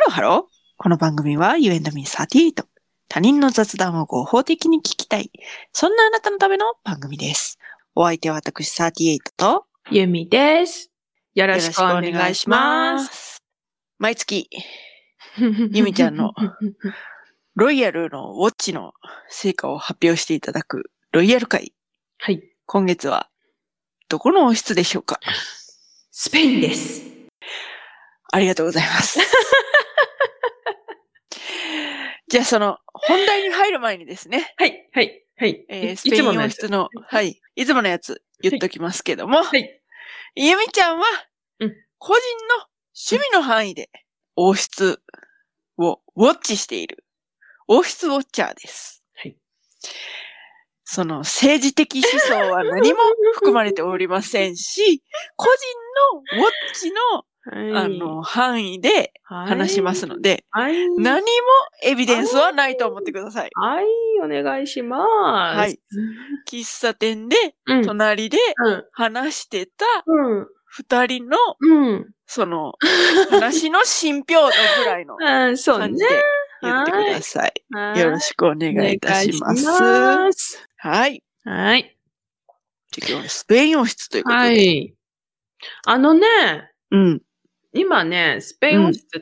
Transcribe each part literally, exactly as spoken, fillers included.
ロハロー。この番組は You and me さんじゅうはち。他人の雑談を合法的に聞きたい。そんなあなたのための番組です。お相手は私さんじゅうはちとゆみです。よろしくお願いします。 毎月、ゆみちゃんのロイヤルのウォッチの成果を発表していただくロイヤル会。 はい。 今月はどこの王室でしょうか？ スペインです。 ありがとうございます。じゃあその本題に入る前にですね。 はい、はい、はい。 えー、スペイン王室の、はい、いつものやつ言っときますけども。はい。ゆみちゃんは、個人の趣味の範囲で王室をウォッチしている。王室ウォッチャーです。はい。その政治的思想は何も含まれておりませんし、個人のウォッチのはい、あの、範囲で話しますので、はい、何もエビデンスはないと思ってください。 はい、お願いします。はい。 喫茶店で、隣で話してた二人の、うん、その、話の信憑度ぐらいの感じで言ってください。はい、よろしくお願いいたします。ますはい。はい。今日はスペイン王室ということで。はい。 あのね、 うん。 今ね、スペイン王室って、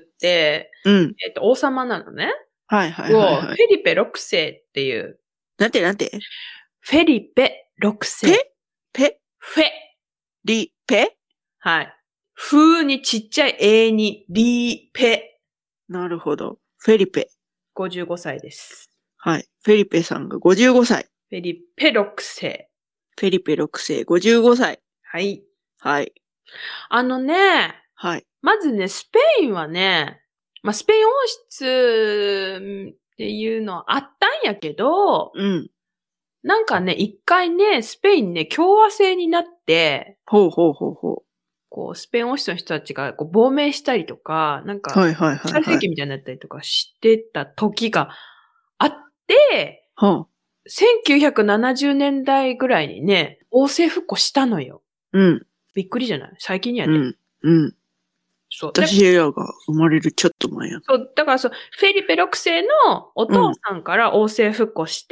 うん、えっと、王様なのね。 はいはいはい、はい。 フェリペろくせいっていう。 なんてなんてフェリペろくせい。 ペペフェ。 リペはい。風にちっちゃい A にリペ。 なるほど。フェリペ。 ごじゅうごさいです。 はい。フェリペさんがごじゅうごさい。 フェリペろくせい。 フェリペろくせい、ごじゅうごさい。 はい。 はい。 あのね、 はい。 まずね、スペインはね、まあ、スペイン王室っていうのはあったんやけど、 うん。 なんかね、一回ね、スペインね、共和制になって、 ほうほうほうほう。 こう、スペイン王室の人たちがこう亡命したりとか、なんか、 はいはいはい、はい。 国際政権みたいになったりとかしてた時があって、 はあ、 せんきゅうひゃくななじゅうねんだいぐらいにね、王政復古したのよ。 うん。 びっくりじゃない？最近やで。 うん。うん。 そう。 私らが生まれるちょっと前や。 そう、だからそう、フェリペろくせいのお父さんから王政復古して、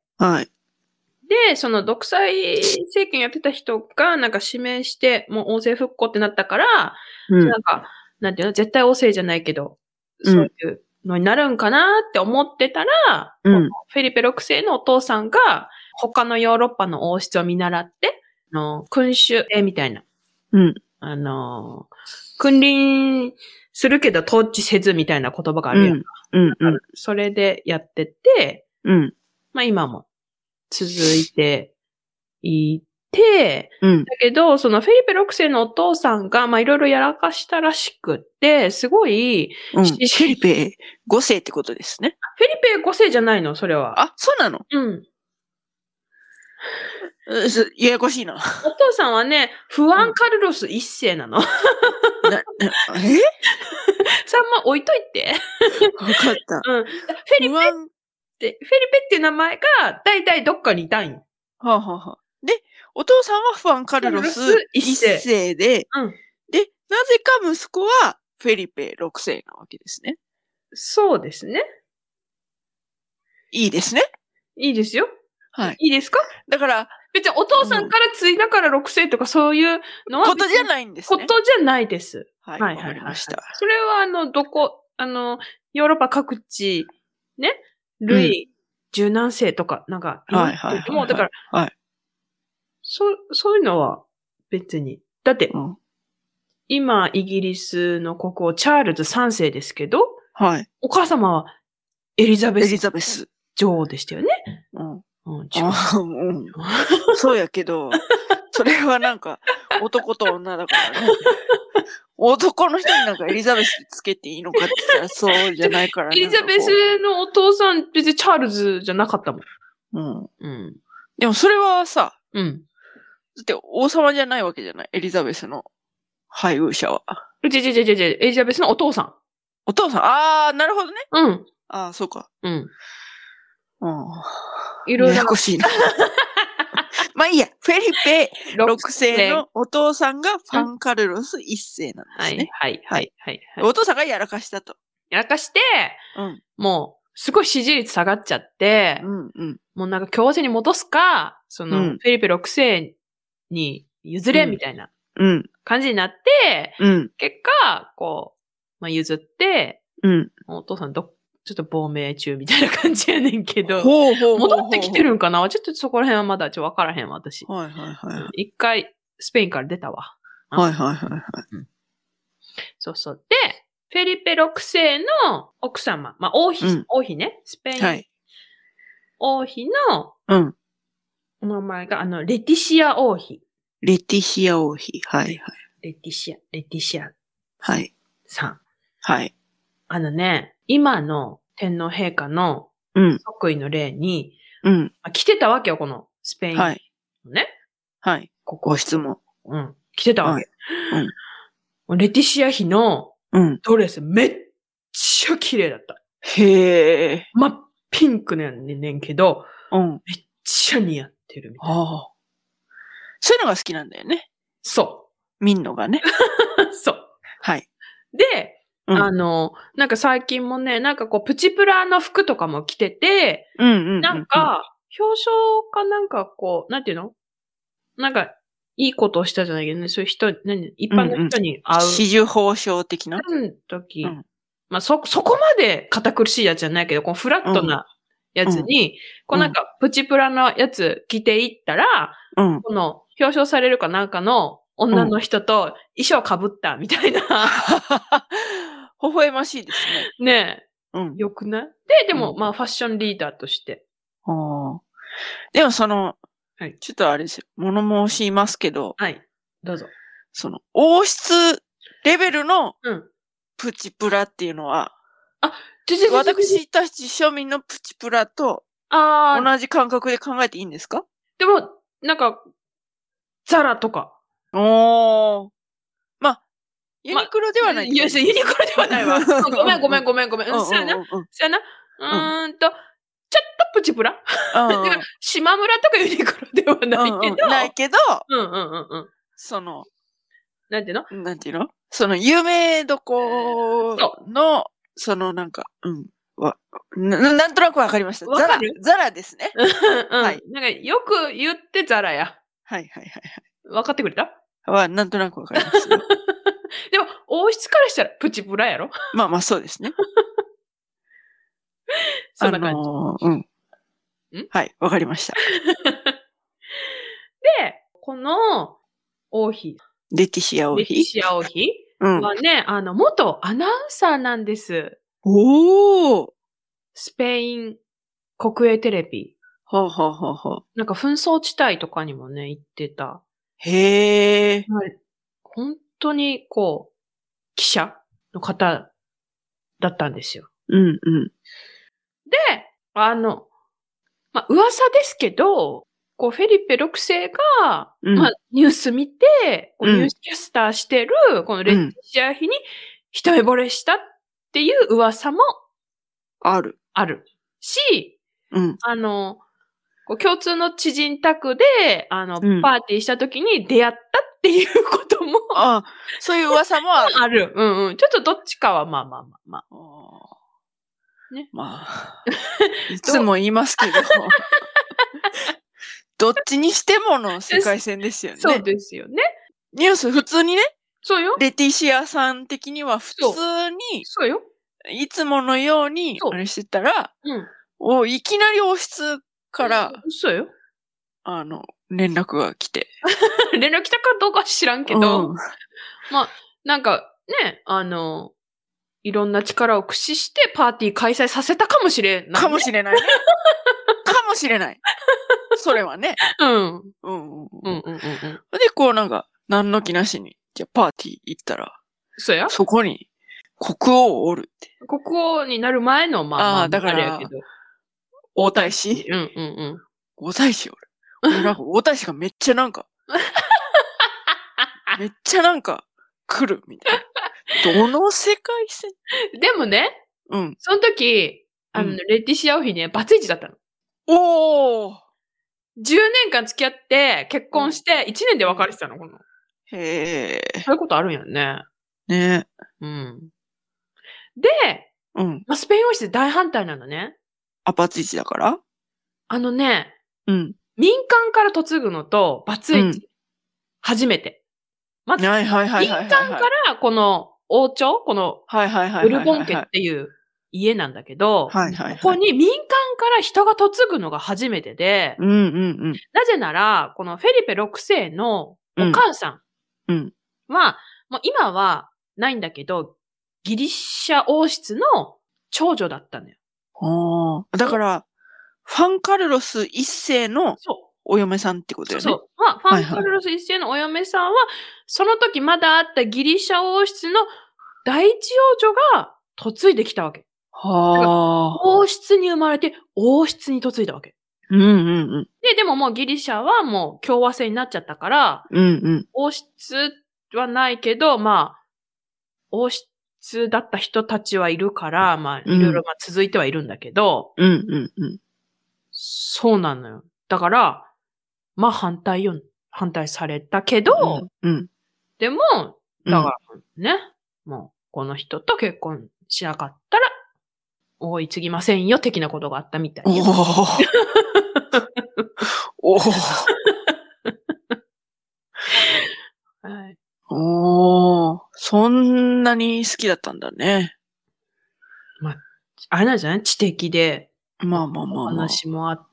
うん、はい。 で、その独裁政権やってた人がなんか指名して、もう王政復古ってなったから、うん、なんか、なんていうの、絶対王政じゃないけど、そういうのになるんかなって思ってたら、うん、フェリペろくせいのお父さんが他のヨーロッパの王室を見習って、あの君主制みたいな。 うん。 あの、君臨するけど統治せずみたいな言葉があるやんか。 うん。うん。 それでやってて、 うん。 まあ今も続いていて、 うん、 だけど、そのフェリペろくせいのお父さんが、まあいろいろやらかしたらしくって、すごい、 うん、フェリペごせいってことですね。 フェリペごせいじゃないの、それは。 あ、そうなの？ うん。 ややこしいな。お父さんはね、フアン・カルロスいっせいなの。なえさんま置いといて。 わかった。 うん。フェリペって、フェリペっていう名前が、だいたいどっかにいたんよ。 はあ、はあはあ、で、お父さんはフアン・カルロスいっせいで、うん、で、なぜか息子はフェリペろくせいなわけですね。 そうですね。 いいですね。 いいですよ。 はい。 いいですか？ だから、 別にお父さんから継いだからろくせいとかそういうのは、 ことじゃないんですね。 ことじゃないです。 はい、わかりました。 それはあの、どこ、あの、ヨーロッパ各地、ね、ルイ十何世とか、なんか、 はいはいはい。 もうだから、 はい。 そう、そういうのは別に。だって、うん、今、イギリスの国王、チャールズさんせいですけど、 はい。 お母様はエリザベス。 エリザベス。 女王でしたよね。 うん。うん、違う。うん、そうやけど、それはなんか、男と女だからね。男の人になんかエリザベスつけていいのかって言ったらそうじゃないからね。 エリザベスのお父さん、別にチャールズじゃなかったもん。 うん。うん。でもそれはさ、うん。だって王様じゃないわけじゃない。エリザベスの配偶者は。 じゃじゃじゃじゃじゃ、エリザベスのお父さん。 お父さん、あー、なるほどね。 うん。 あー、そうか。 うん。 うん。 いろいろ。 ややこしいな。まあいいや、フェリペろくせいのお父さんがファン・カルロスいっせいなんですね。 はい、はい、はい、はい。 お父さんがやらかしたと。 やらかして、 うん、 もう、すごい支持率下がっちゃって、 うん、うん、 もうなんか共和制に戻すか、その、 うん、 フェリペろく世に譲れみたいなうん、 感じになって、 うん、 結果、こう、まあ、譲って、 うん。 お父さんど、ちょっと亡命中みたいな感じやねんけど、 ほうほうほうほう。 戻ってきてるんかなちょっとそこら辺はまだちょっとわからへんわ、私。 はいはいはいはい。 うん一回、スペインから出たわ。 はいはいはいはい。 そうそう。で、フェリペろく世の奥様、まあ王妃、 うん王妃ね、スペイン、 はい。 王妃のうん。 お名前が、あの、レティシア王妃。 レティシア王妃。はいはい。 レティシア、レティシアはい。 さん。 はい。 あのね、今の天皇陛下のうん。 即位の例に、 うん。 まあ来てたわけよ、このスペインのはい。 ね。 はい。 ここご質問。 うん。来てたわけ。 はいうん。レティシア妃のうん。 ドレスめっちゃ綺麗だった。 へえ。 真っピンクなんねんけど、 うん。 めっちゃ似合ってるみたいな。 ああ。そういうのが好きなんだよね。 そ見んのがね。 う。そう。 はい。 で、 うんあの、なんか最近もね、なんかこう、プチプラの服とかも着てて、 うんうんうんうん。 なんか、表彰かなんかこう、なんていうのなんか、いいことをしたじゃないけどね、そういう人、何一般の人に会う。 紫綬褒章的なうん、時、 うん。 まあ、そ、そこまで堅苦しいやつじゃないけど、このフラットなやつに、こうなんか、プチプラのやつ着ていったら、 うん。 この、表彰されるかなんかの女の人と衣装被ったみたいな。 微笑ましいですね。 ねうえ。 ん。 よくないで、でも、まあ、ファッションリーダーとして。 ああ。でもその、 はい。 ちょっとあれですよ。物申しますけど、 はい。どうぞ。 その、王室レベルのうん。 プチプラっていうのは、 あ、ちょちょちょちょ私たち庶民のプチプラとああ、 同じ感覚で考えていいんですか？ でも、なんか、ザラとか。 おー。まあ、ユニクロではないっていや、 ことユニクロではないわ。ごめんごめんごめんごめん。うん、そうやな。 うんうんうんそうやな。うーんと、ちょっとプチプラ。 うんだから、島村とかユニクロではないけど。 ないけど、 うんうんうんうん。 その、 なんていうのなんていうのその、有名どこの、そのなんか、うん。わななんとなくわかりました。ザラ、ザラですね。 はい。なんか、よく言ってザラや。 はいはいはいはい。 分かってくれたは、なんとなくわかりますよ。 でも、王室からしたらプチプラやろまあまあそうですね。 そんな感じ。 あのー、うん。んはい、わかりました。 で、この王妃。 レティシア王妃。 レティシア王妃はね、うん、あの、元アナウンサーなんです。 おー。 スペイン国営テレビ。 はあ、はあははあ、 なんか紛争地帯とかにもね、行ってた。 へえ。 本当に、こう、記者の方だったんですよ。 うんうん。 で、あの、まあ、噂ですけど、こう、フェリペろく世が、うん、まあ、ニュース見て、こうニュースキャスターしてる、このレティシア妃に一目惚れしたっていう噂もある。 ある。し、 うん、 あの、こう共通の知人宅で、あの、うん、パーティーした時に出会ったっていうことも。 ああ、そういう噂もある。 ある。うんうん。ちょっとどっちかはまあまあまあまあ。 ね。まあ、いつも言いますけど、どっちにしてもの世界線ですよね。 そうですよね。 ニュース普通にね。 そうよ。 レティシアさん的には普通に、 そうよ。 いつものように、あれしてたら、うん、おいきなり王室から、 そうよ。 あの、連絡が来て。 連絡来たかどうか知らんけど、うん、まあ、なんかね、あの、いろんな力を駆使してパーティー開催させたかもしれない、ね。 かもしれないね。かもしれない。それはね。 うん。うんうんうん。 うんうんうん。 で、こうなんか、何の気なしに、じゃあパーティー行ったら、 そうやそこに、国王おるって。 国王になる前の、まあ、まあ、 あだから、王太子うんうんうん。 王太子おる。俺なんか、王太子がめっちゃなんか、めっちゃなんか、来る、みたいな。どの世界線でもね、 うん。 その時、あの、うん、レティシア王妃ね、バツイチだったの。 おー ! じゅうねんかん付き合って、結婚して、いちねんで別れてたの、この。 へー。 そういうことあるんやね。 ねうん。で、 うん。 まあ、スペイン王室大反対なのね。 アパツイチだから？ あのね、 うん。 民間から嫁ぐのと、バツイチ。うん、初めて。まず、 はいはいはいはいはい、はい。 民間からこの王朝、この、 はいはいはいブルボン家っていう家なんだけど、 はいはいはい、 ここに民間から人が嫁ぐのが初めてで、 うんうんうん、 なぜなら、このフェリペろくせいのお母さんは、うんうん、もう今はないんだけど、ギリシャ王室の長女だったのよ。 ああ。だから、ファンカルロス一世のお嫁さんってことよね。 そうそう。まあ、ファンカルロス一世のお嫁さんは、はいはい、その時まだあったギリシャ王室の第一王女が嫁いできたわけ。 はあ。 王室に生まれて王室に嫁いだわけ。 うんうんうん。 で、でももうギリシャはもう共和制になっちゃったから、 うんうん、 王室はないけど、まあ、王室だった人たちはいるから、まあ、いろいろまあ続いてはいるんだけど、 うんうんうん。 そうなのよ。だから、まあ反対よ、反対されたけど、 うんうん、 でも、だからね、うん、もうこの人と結婚しなかったら、追い継ぎませんよ、的なことがあったみたいよ。 おお。 はい。 おー、そんなに好きだったんだね。 まあ、あれなんじゃない？知的で。 まあまあまあまあ。 お話もあって。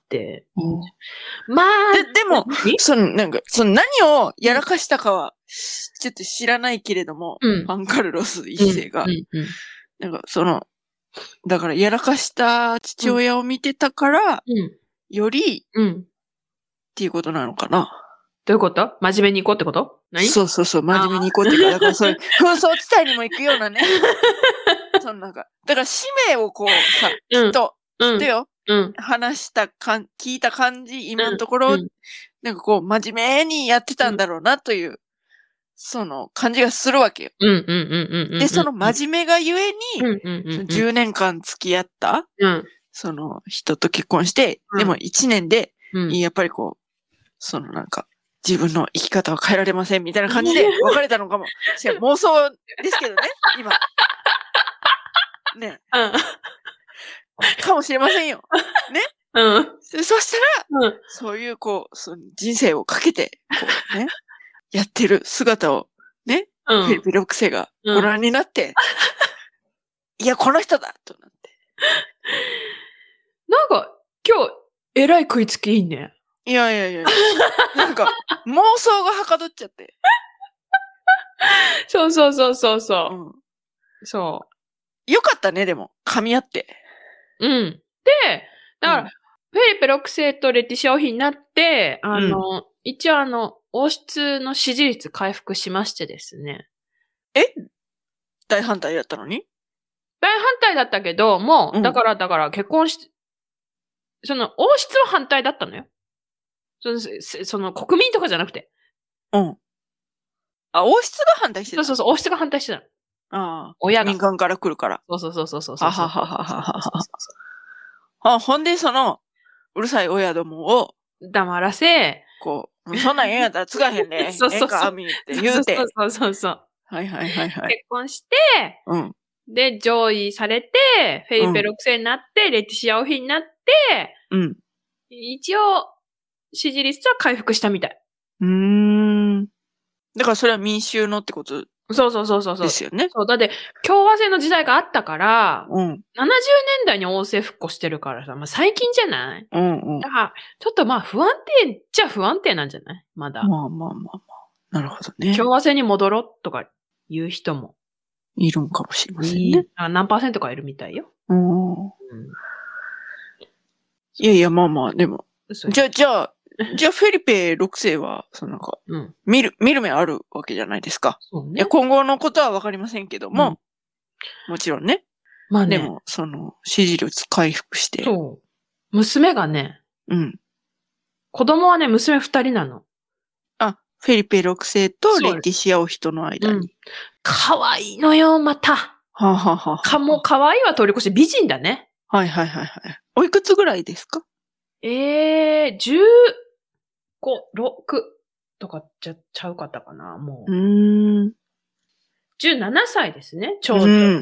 うん、まあ。で、でも、その、なんか、その何をやらかしたかは、ちょっと知らないけれども、うん、ファンカルロス一世が、うんうんうん。なんか、その、だから、やらかした父親を見てたから、うん、より、うん、っていうことなのかな。 どういうこと？真面目に行こうってこと？何？ そうそうそう、真面目に行こうっていうか、だからそういう紛争地帯にも行くようなね。そのなんか、だから使命をこうさ、きっと、きっとよ、うん、話したかん、聞いた感じ、今のところ、うん、なんかこう、真面目にやってたんだろうなという、その感じがするわけよ。で、その真面目がゆえに、じゅうねんかん付き合った、うん、その人と結婚して、うん、でもいちねんで、うん、やっぱりこう、そのなんか、自分の生き方は変えられませんみたいな感じで別れたのかも。妄想ですけどね、今。ね。うん。かもしれませんよ。ね。うん。そしたら、うん、そういうこう、その人生をかけて、こうね、やってる姿をね、うん、フェリペろくせいがご覧になって、うん、いや、この人だとなって。 なんか、今日、えらい食いつきいいね。 いやいやいやなんか、妄想がはかどっちゃって。 そうそうそうそうそう。うん、そう。よかったね、でも。噛み合って。 うん。で、だから、うん、フェリペろくせいとレティシア王妃になって、あの、うん、一応あの、王室の支持率回復しましてですね。 え？大反対だったのに？ 大反対だったけど、もう、うん、だから、だから結婚し、その、王室は反対だったのよ。その、その国民とかじゃなくて。 うん。あ、王室が反対してた？ そうそうそう、王室が反対してたの。 ああ。親が。民間から来るから。 そうそうそうそうそうそう。 はははははは。ほんで、その、うるさい親どもを、 黙らせ、 こう、そんなんええんやったらつかへんね。 そうそうそう。 ええか、みって言うて。 そうそうそうそう。 はいはいはいはい。 結婚して、うん。で、上位されて、フェリペろくせいになって、うん、レティシア王妃になって、うん。一応、支持率は回復したみたい。 うーん。だからそれは民衆のってことそうそうそうそう。 ですよね。 そう。だって、共和制の時代があったから、うん。ななじゅうねんだいに王政復古してるからさ、まあ最近じゃない？うんうん。だから、ちょっとまあ不安定っちゃ不安定なんじゃない？まだ。 まあまあまあまあ。なるほどね。 共和制に戻ろうとか言う人も。 いるんかもしれませんね。 あ、何パーセントかいるみたいよ。 うん。うん、いやいや、まあまあ、でも。じゃあ、じゃあ、じゃあ、フェリペろくせいは、そのなんか、うん、見る、見る目あるわけじゃないですか。そうね。いや、今後のことはわかりませんけども、うん、もちろんね。まあね。でも、その、支持率回復して。 そう。娘がね、うん。子供はね、娘二人なの。 あ、フェリペろくせいとレティシア王妃の間に。うん、 かわいいのよ、また。はあ、はははかもかわいいは通り越して美人だね。 はいはいはいはい。おいくつぐらいですか？ ええー、じゅうご、ろくとかちゃ、ちゃうかったかな、もう。うーん。じゅうななさいですね、ちょうど。うん。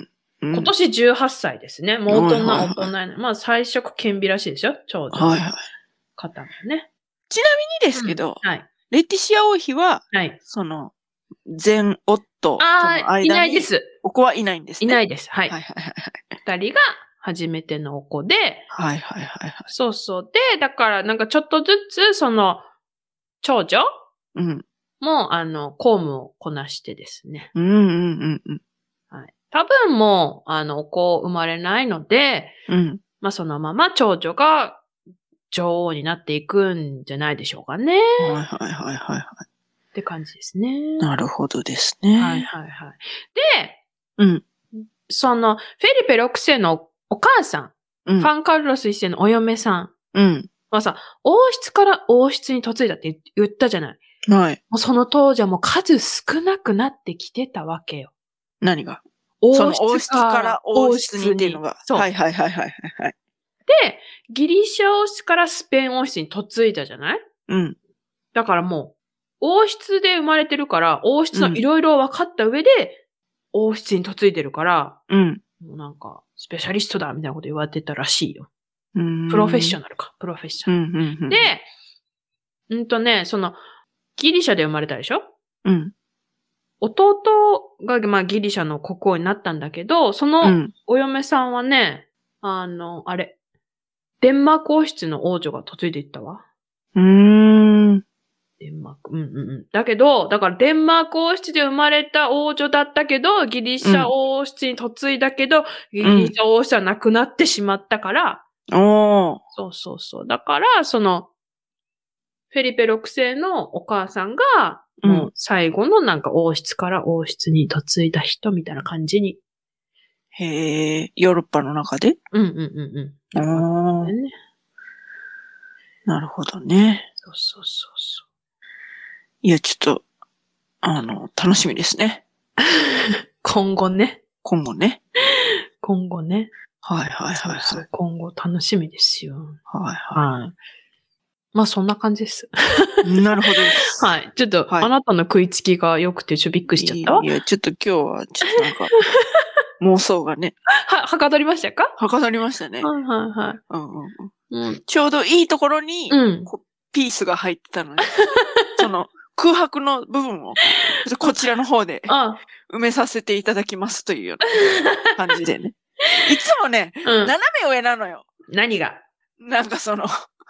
今年じゅうはっさいですね。もう大人、大人、まあ、最初、顕微らしいでしょ長女の方もね。 ちなみにですけど、 はい。 レティシア王妃は、はい。その、前夫との間に、いないです。お子はいないんですね。 いないです。はい。はいはいはい。二人が初めてのお子で、 はいはいはいはい。 そうそう。で、だからなんかちょっとずつ、その、長女うん。も、あの、公務をこなしてですね。 うんうんうんうん。 はい。多分もう、あの、お子生まれないので、うん。まあそのまま長女が女王になっていくんじゃないでしょうかね。 はいはいはいはいはい。 って感じですね。 なるほどですね。 はいはいはい。で、うん。その、フェリペろくせいのお母さん、うん、ファンカルロスいっせいのお嫁さん。うん。はさ、王室から王室に嫁いだって言ったじゃない。はい。もうその当時はもう数少なくなってきてたわけよ。 何が王室から王室にっていうのが。 そう。 はいはいはいはいはい。 で、ギリシャ王室からスペイン王室に嫁いだじゃない？うん。だからもう、王室で生まれてるから、王室のいろいろ分かった上で、うん、王室に嫁いでるから、うん。もうなんか、スペシャリストだみたいなこと言われてたらしいよ。うんプロフェッショナルか。プロフェッショナル。うんうんうん、で、うんとね、その、ギリシャで生まれたでしょ？うん。弟が、まあ、ギリシャの国王になったんだけど、そのお嫁さんはね、うん、あの、あれ、デンマーク王室の王女が嫁いでいったわ。 うーん。 デンマーク。うんうんうん。だけど、だからデンマーク王室で生まれた王女だったけど、ギリシャ王室に嫁いだけど、うん、ギリシャ王室はなくなってしまったから、うん、そうそうそう。だから、その、フェリペろくせいのお母さんが、もう最後のなんか王室から王室に嫁いだ人みたいな感じに。 へえ、ヨーロッパの中で？ うんうんうんうん。 ああ、ね。なるほどね。 そうそうそうそう。 いや、ちょっと、あの、楽しみですね。 今後ね。 今後ね。 今後ね。 はいはいはい、はい。 そうそう、今後楽しみですよ。 はいはい。はい、 まあそんな感じです。 なるほどです。 はい。ちょっと、はい、あなたの食いつきが良くてちょっとびっくりしちゃったわ。 いや、ちょっと今日は、ちょっとなんか、妄想がね。 は、はかどりましたか？ はかどりましたね。 はいはいはい。 うんうんうん。ちょうどいいところに、うん、ピースが入ってたのに、その空白の部分を、こちらの方で埋めさせていただきますというような感じでね。いつもね、うん、斜め上なのよ。 何が？ なんかその、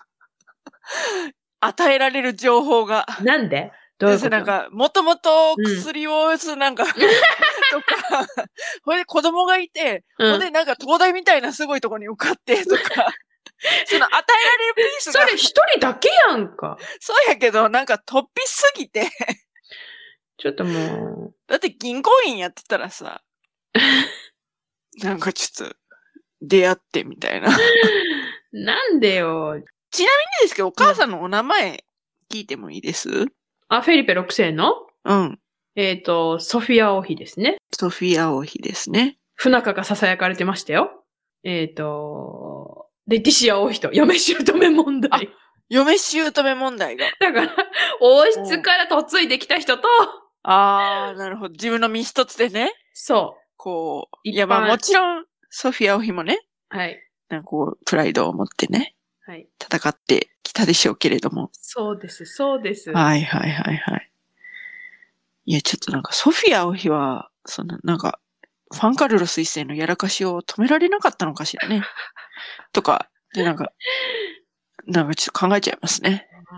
与えられる情報が。 なんで？どういうこと？ なんか、もともと薬を、なんか、うん、とか、ほいで子供がいて、うん、ほいでなんか東大みたいなすごいとこに受かってとか、その与えられるピースが。 それ一人だけやんか。 そうやけど、なんか突飛すぎて。 ちょっともう。 だって銀行員やってたらさ、なんかちょっと、出会ってみたいな。 なんでよ。 ちなみにですけど、お母さんのお名前聞いてもいいです？うん、 あ、フェリペろくせいの？ うん。 えっと、ソフィア王妃ですね。 ソフィア王妃ですね。 不仲が囁かれてましたよ。えっと、レティシア王妃と嫁姑問題。 嫁姑問題が。 だから、王室から嫁いできた人と、 あー、なるほど。自分の身一つでね。 そう。 こう、いやまあもちろん、ソフィア王妃もね。 はい。 なんかこう、プライドを持ってね。はい。戦ってきたでしょうけれども。 そうです、そうです。 はいはいはいはい。いや、ちょっとなんかソフィア王妃は、そのなんか、ファンカルロス一世のやらかしを止められなかったのかしらね。とか、でなんか、なんかちょっと考えちゃいますね。 うん。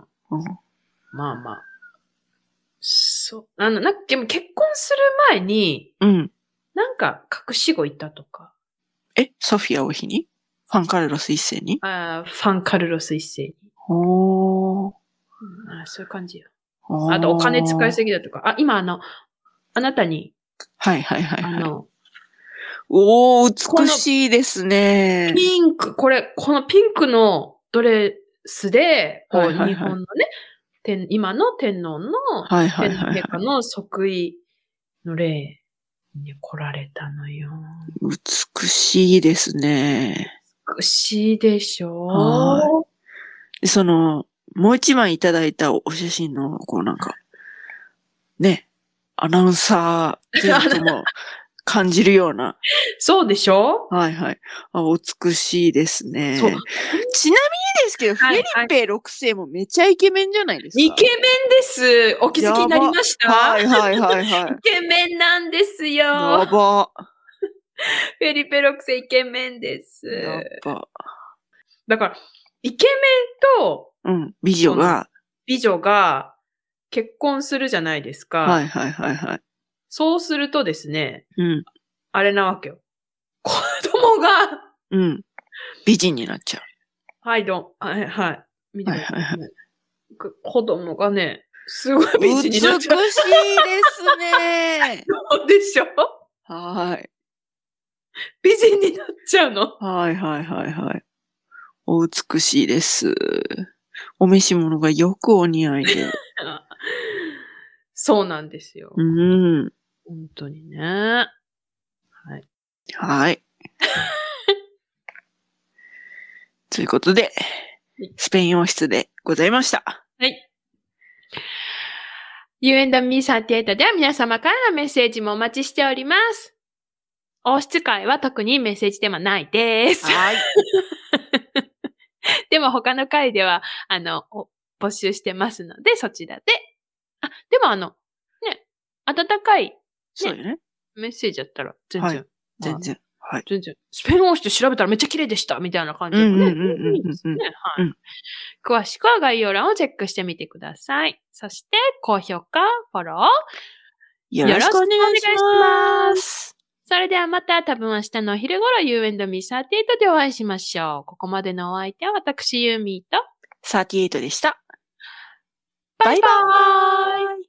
うん、まあまあ。そう。あの、なんか、でも結婚する前に、うん。なんか隠し子いたとか。 え、ソフィア王妃に？ファンカルロス一世に？ ああ、ファンカルロス一世に。 ほー。 うん、あそういう感じよ。あと、お金使いすぎだとか。あ、今あの、あなたに。 はいはいはい、はい。あの、おー、美しいですね。 ピンク、これ、このピンクのドレスで、こう、はいはいはい、日本のね、天今の天皇の、はいはいはいはい、天皇陛下の即位の礼に来られたのよ。 美しいですね。 美しいでしょう。その、もう一枚いただいたお写真の、こうなんか、ね、アナウンサーゼントも感じるような。 そうでしょ？ はいはい。あ、お美しいですね。 そう。 ちなみにですけど、はいはい、フェリペろくせいもめちゃイケメンじゃないですか。 イケメンです。お気づきになりました？ はいはいはいはい。 イケメンなんですよ。 やば。 フェリペろくせいイケメンです。 やば。 だから、イケメンと、 うん、美女が、 美女が結婚するじゃないですか。 はいはいはいはい。 そうするとですね、 うん。 あれなわけよ。子供が、 うん。美人になっちゃう。 はい、どん、はい、はい。見てください。 はいはいはい。 子供がね、すごい美人になっちゃう。 美しいですね。 そうでしょ？ はい。 美人になっちゃうの。 はいはいはいはい。お美しいです。お召し物がよくお似合いで。 そうなんですよ。 うん。 本当にね。はい。 はい。ということで、スペイン王室でございました。 はい。You and me さんじゅうはちでは皆様からのメッセージもお待ちしております。王室会は特にメッセージではないです。 はい。 でも他の会では、あの、募集してますので、そちらで。あ、でもあの、ね、温かい、ね、 そうよね。 メッセージだったら全然。はい、 全然。はい。 全然。スペイン王室調べたらめっちゃ綺麗でした。みたいな感じでもね。いいですね。はい、うん。詳しくは概要欄をチェックしてみてください。そして、高評価、フォロー。 よろしくお願いします。 それではまた多分明日のお昼頃 You and me さんじゅうはちでお会いしましょう。ここまでのお相手は私ユーミーとさんじゅうはちでした。 バイバーイ。